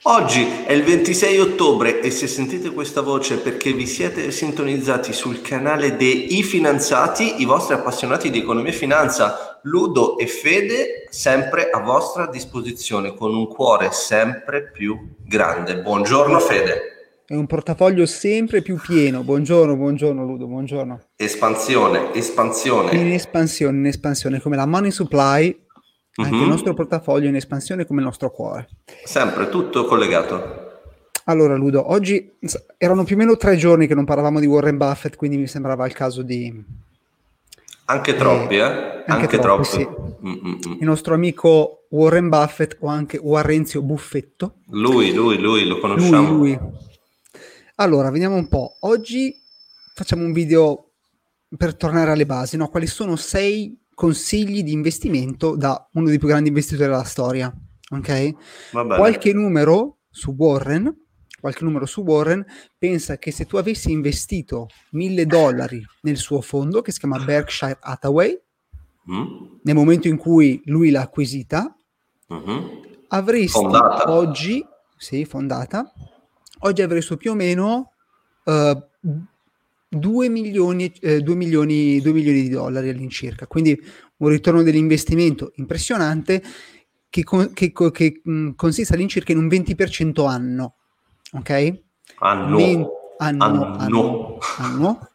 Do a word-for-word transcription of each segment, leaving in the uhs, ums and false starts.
Oggi è il ventisei ottobre e se sentite questa voce è perché vi siete sintonizzati sul canale dei Finanziati, i vostri appassionati di economia e finanza, Ludo e Fede, sempre a vostra disposizione con un cuore sempre più grande. Buongiorno Fede. È un portafoglio sempre più pieno. Buongiorno, buongiorno Ludo, buongiorno. Espansione, espansione. In espansione, in espansione, come la money supply. Anche Mhm. il nostro portafoglio è in espansione come il nostro cuore. Sempre tutto collegato. Allora Ludo, oggi s- erano più o meno tre giorni che non parlavamo di Warren Buffett, quindi mi sembrava il caso di... Anche di- troppi, eh? Anche, troppi, sì. Mm-mm. Il nostro amico Warren Buffett, o anche Warrenzio Buffetto. Lui, lui, lui, lo Lui, conosciamo. lui. Allora, vediamo un po'. Oggi facciamo un video per tornare alle basi, no? Quali sono sei consigli di investimento da uno dei più grandi investitori della storia, ok? Va bene. Qualche numero su Warren, qualche numero su Warren, pensa che se tu avessi investito mille dollari nel suo fondo, che si chiama Berkshire Hathaway, Mm? nel momento in cui lui l'ha acquisita, Mhm. avresti Fondata. oggi, sì, fondata, oggi avresti più o meno eh, due milioni, eh, due milioni, due milioni di dollari all'incirca, quindi un ritorno dell'investimento impressionante che, con- che, co- che, mh, consiste all'incirca in un venti per cento anno, ok? Anno. Men- anno, Anno. anno, anno.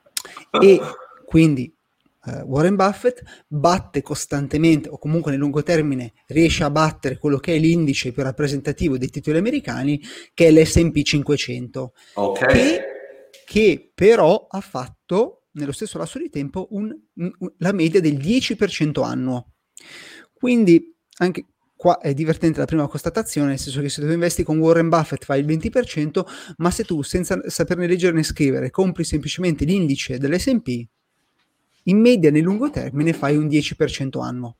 E quindi eh, Warren Buffett batte costantemente, o comunque nel lungo termine riesce a battere quello che è l'indice più rappresentativo dei titoli americani, che è l'esse and pi cinquecento, Ok. che, che però ha fatto nello stesso lasso di tempo un- un- la media del dieci per cento annuo. Quindi anche qua è divertente la prima constatazione, nel senso che se tu investi con Warren Buffett fai il venti per cento, ma se tu senza saperne leggere né scrivere compri semplicemente l'indice dell'esse and pi, in media nel lungo termine fai un dieci per cento annuo.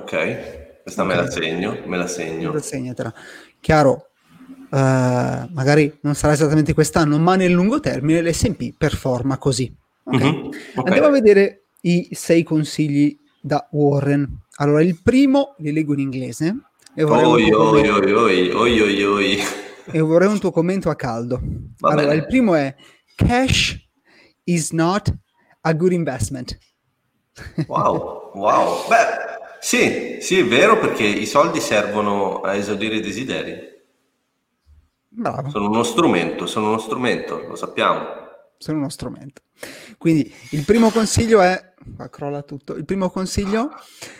Ok. Questa Ok. me la segno, me la segno. Segnatela. Chiaro, eh, magari non sarà esattamente quest'anno, ma nel lungo termine l'esse and pi performa così. Ok? Mhm. Ok. Andiamo a vedere i sei consigli da Warren. Allora, il primo li leggo in inglese e vorrei, un Oi, tuo oi, commento, oi, oi, oi, oi, oi. e vorrei un tuo commento a caldo. Va Allora, bene. il primo è: cash is not a good investment. Wow, wow. Beh, sì, sì, è vero, perché i soldi servono a esaudire i desideri. Bravo. Sono uno strumento, sono uno strumento, lo sappiamo. Sono uno strumento. Quindi il primo consiglio è, qua crolla tutto, il primo consiglio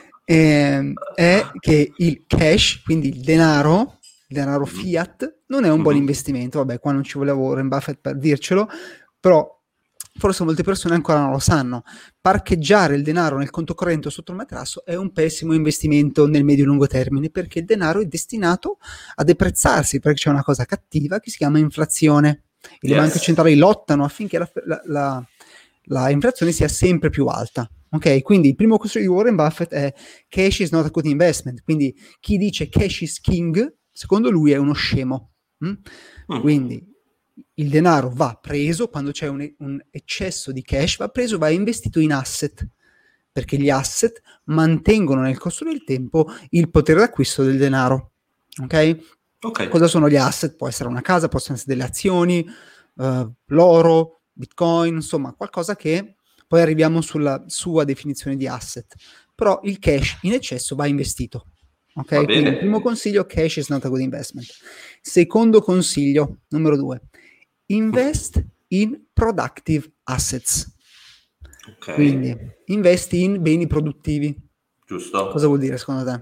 è, è che il cash, quindi il denaro, il denaro fiat, non è un buon Mhm. investimento. Vabbè, qua non ci voleva Warren Buffett per dircelo, però forse molte persone ancora non lo sanno. Parcheggiare il denaro nel conto corrente o sotto il materasso è un pessimo investimento nel medio-lungo termine, perché il denaro è destinato a deprezzarsi, perché c'è una cosa cattiva che si chiama inflazione. E le Yes. banche centrali lottano affinché la, la, la, la inflazione sia sempre più alta. Ok, quindi il primo consiglio di Warren Buffett è cash is not a good investment. Quindi chi dice cash is king, secondo lui è uno scemo. Mm? Mm. Quindi il denaro va preso quando c'è un, un eccesso di cash, va preso, va investito in asset, perché gli asset mantengono nel corso del tempo il potere d'acquisto del denaro. Ok? Ok. Cosa sono gli asset? Può essere una casa, possono essere delle azioni, eh, l'oro, bitcoin, insomma qualcosa che poi arriviamo sulla sua definizione di asset. Però il cash in eccesso va investito. Ok? Va Quindi bene. il primo consiglio, cash is not a good investment. Secondo consiglio, numero due, invest in productive assets. Ok. Quindi investi in beni produttivi. Giusto. Cosa vuol dire secondo te?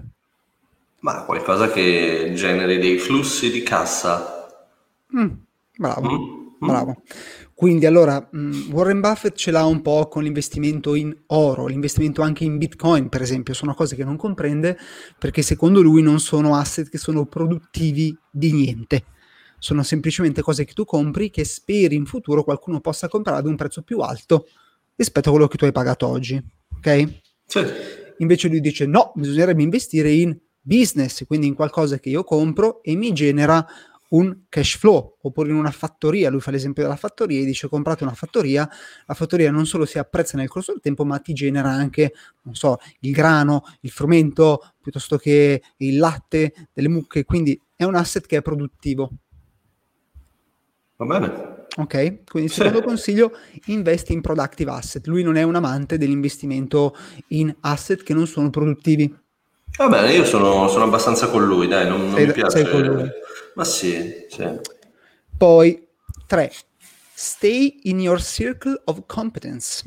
Ma qualcosa che generi dei flussi di cassa. Mm, bravo, Mm? bravo. Quindi allora mh, Warren Buffett ce l'ha un po' con l'investimento in oro, l'investimento anche in Bitcoin, per esempio, sono cose che non comprende perché secondo lui non sono asset che sono produttivi di niente. Sono semplicemente cose che tu compri che speri in futuro qualcuno possa comprare ad un prezzo più alto rispetto a quello che tu hai pagato oggi, ok? Sì. Invece lui dice no, bisognerebbe investire in business, quindi in qualcosa che io compro e mi genera un cash flow, oppure in una fattoria. Lui fa l'esempio della fattoria e dice: comprate una fattoria, la fattoria non solo si apprezza nel corso del tempo, ma ti genera anche, non so, il grano, il frumento, piuttosto che il latte, delle mucche, quindi è un asset che è produttivo. Va bene. Ok, quindi il secondo Sì. consiglio, investi in productive asset. Lui non è un amante dell'investimento in asset che non sono produttivi. Va bene, io sono, sono abbastanza con lui, dai, non, non Sei, mi piace. sei con lui. Ma sì, sì. Poi, tre, stay in your circle of competence.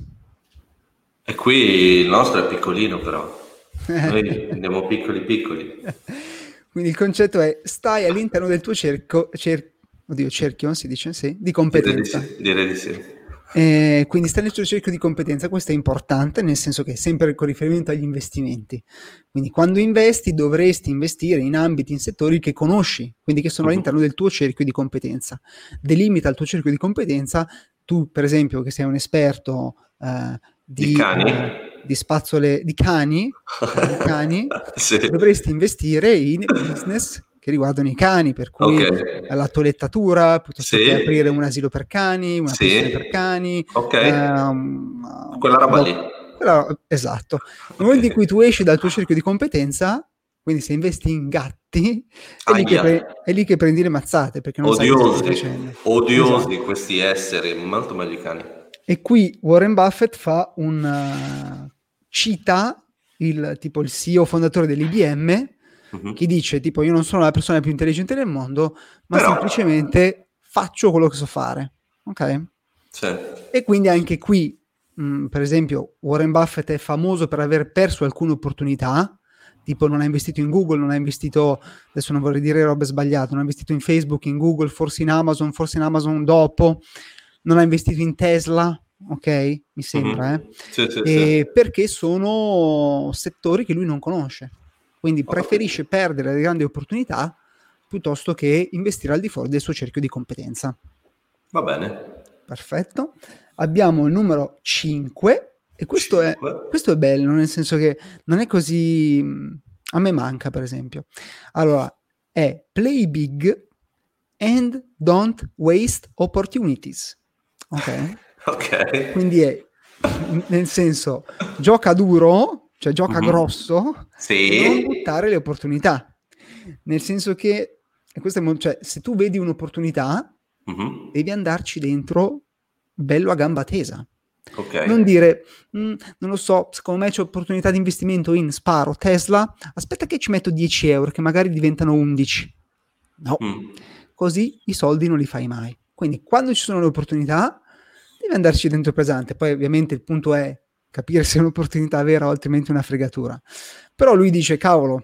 E qui il nostro è piccolino però. Noi andiamo piccoli piccoli. Quindi il concetto è stai all'interno del tuo cerco, cer- oddio, cerchio si dice, sì, di competenza. Direi di sì. Direi di sì. Eh, quindi stai nel tuo cerchio di competenza, questo è importante, nel senso che è sempre con riferimento agli investimenti. Quindi quando investi dovresti investire in ambiti, in settori che conosci, quindi che sono Mhm. all'interno del tuo cerchio di competenza. Delimita il tuo cerchio di competenza, tu per esempio che sei un esperto eh, di, Di cani? eh, di spazzole, di cani, eh, di cani Sì. dovresti investire in business che riguardano i cani, per cui Ok. la toilettatura, piuttosto Sì. che aprire un asilo per cani, una Sì. pensione per cani. Ok. ehm, Quella roba no, lì. quella- esatto. Nel momento in cui tu esci dal tuo cerchio di competenza, quindi se investi in gatti, è lì, che, Aia. pre- è lì che prendi le mazzate, perché non sai cosa stai Odiosi, facendo. odiosi Esatto. questi esseri, molto meglio i cani. E qui Warren Buffett fa un uh, cita il tipo il C E O fondatore dell'I B M, Mhm. che dice tipo io non sono la persona più intelligente del mondo, ma Però- semplicemente faccio quello che so fare, ok? Sì. E quindi anche qui, mh, per esempio, Warren Buffett è famoso per aver perso alcune opportunità, tipo non ha investito in Google, non ha investito, adesso non vorrei dire robe sbagliate, non ha investito in Facebook, in Google, forse in Amazon, forse in Amazon dopo, non ha investito in Tesla, ok? Mi sembra, Mhm. eh? Sì, sì, E sì. perché sono settori che lui non conosce, quindi Ho preferisce capito. perdere le grandi opportunità piuttosto che investire al di fuori del suo cerchio di competenza. Va bene. Perfetto. Abbiamo il numero cinque e questo è, Cinque. questo è bello, nel senso che non è così... A me manca, per esempio. Allora, è play big and don't waste opportunities. Ok? Ok. Quindi è, nel senso, gioca duro, cioè gioca Mhm. grosso, Sì. e non buttare le opportunità. Nel senso che, e questo è mo- cioè, se tu vedi un'opportunità, Mhm. devi andarci dentro bello a gamba tesa. Ok. Non dire, "Mm, non lo so, secondo me c'è opportunità di investimento in sparo, Tesla, aspetta che ci metto dieci euro, che magari diventano undici. No, Mm. così i soldi non li fai mai. Quindi quando ci sono le opportunità, devi andarci dentro pesante. Poi ovviamente il punto è capire se è un'opportunità vera o altrimenti una fregatura. Però lui dice, cavolo,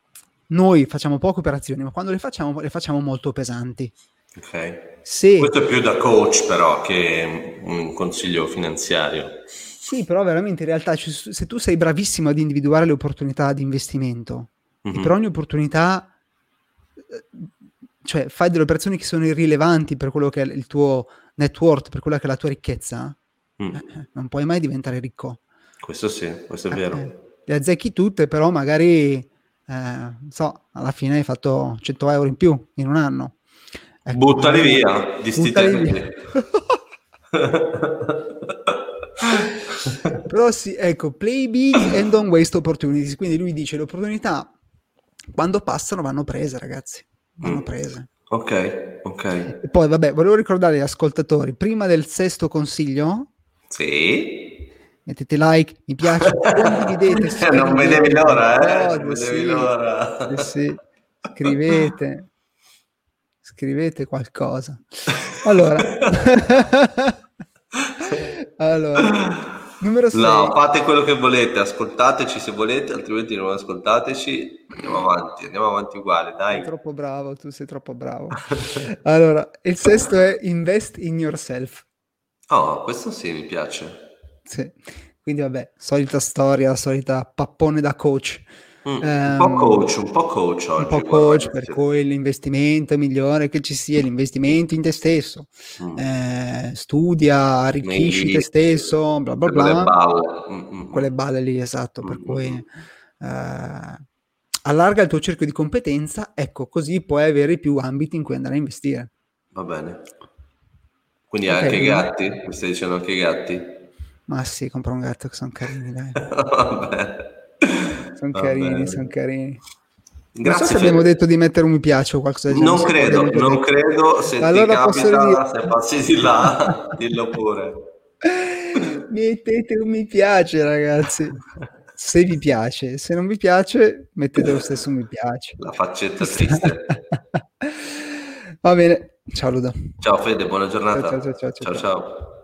noi facciamo poche operazioni, ma quando le facciamo, le facciamo molto pesanti. Ok. Se Questo è più da coach però che un consiglio finanziario. Sì, però veramente in realtà cioè, se tu sei bravissimo ad individuare le opportunità di investimento Mhm. e per ogni opportunità eh, cioè fai delle operazioni che sono irrilevanti per quello che è il tuo net worth, per quella che è la tua ricchezza, Mm. eh, non puoi mai diventare ricco. Questo sì, questo è Eh, vero. eh, le azzecchi tutte, però magari eh, non so, alla fine hai fatto cento euro in più in un anno. Ecco, Buttali bisogna- via di sti buttali tempi. via. Però sì, ecco, play big and don't waste opportunities. Quindi lui dice le opportunità quando passano vanno prese, ragazzi. Vanno Mm. prese. Ok, ok. E poi, vabbè, volevo ricordare agli ascoltatori, prima del sesto consiglio, Sì. mettete like, mi piace, condividete, Eh, non vedevi scrivete l'ora, eh? qualcosa, Non vedevi sì, l'ora. sì, sì, scrivete, scrivete qualcosa. Allora, allora, numero sei. No, fate quello che volete, ascoltateci se volete, altrimenti non ascoltateci. Andiamo avanti, andiamo avanti uguale, Sei dai. troppo bravo, tu sei troppo bravo. Allora, il sesto è invest in yourself. Oh, questo sì, mi piace. Sì. Quindi vabbè, solita storia, solita pappone da coach. Mm, un Ehm, po' coach, un po' coach un oggi, po' coach, guarda. per cui l'investimento migliore che ci sia, l'investimento in te stesso. Mm. Eh, studia, arricchisci te Meglio, stesso, bla bla tutte quelle bla. balle. Mm, mm, mm. Quelle balle lì, esatto, Mm, per mm, cui mm. eh, allarga il tuo cerchio di competenza, ecco, così puoi avere più ambiti in cui andare a investire. Va bene. Quindi Ok, anche i quindi- gatti? Mi stai dicendo anche i gatti? Ma sì, compra un gatto che sono carini, dai. Va bene. Sono Va carini, bene. sono carini. Non Grazie, so se Fede. abbiamo detto di mettere un mi piace o qualcosa del genere. Non credo, non credo, se Allora ti posso capita, dire- se passi di là, dillo pure. Mettete un mi piace, ragazzi. Se vi piace, se non vi piace, mettete lo stesso mi piace. La faccetta triste. Va bene, ciao Ludo. Ciao Fede, buona giornata. Ciao, ciao, ciao, ciao, ciao. ciao. ciao.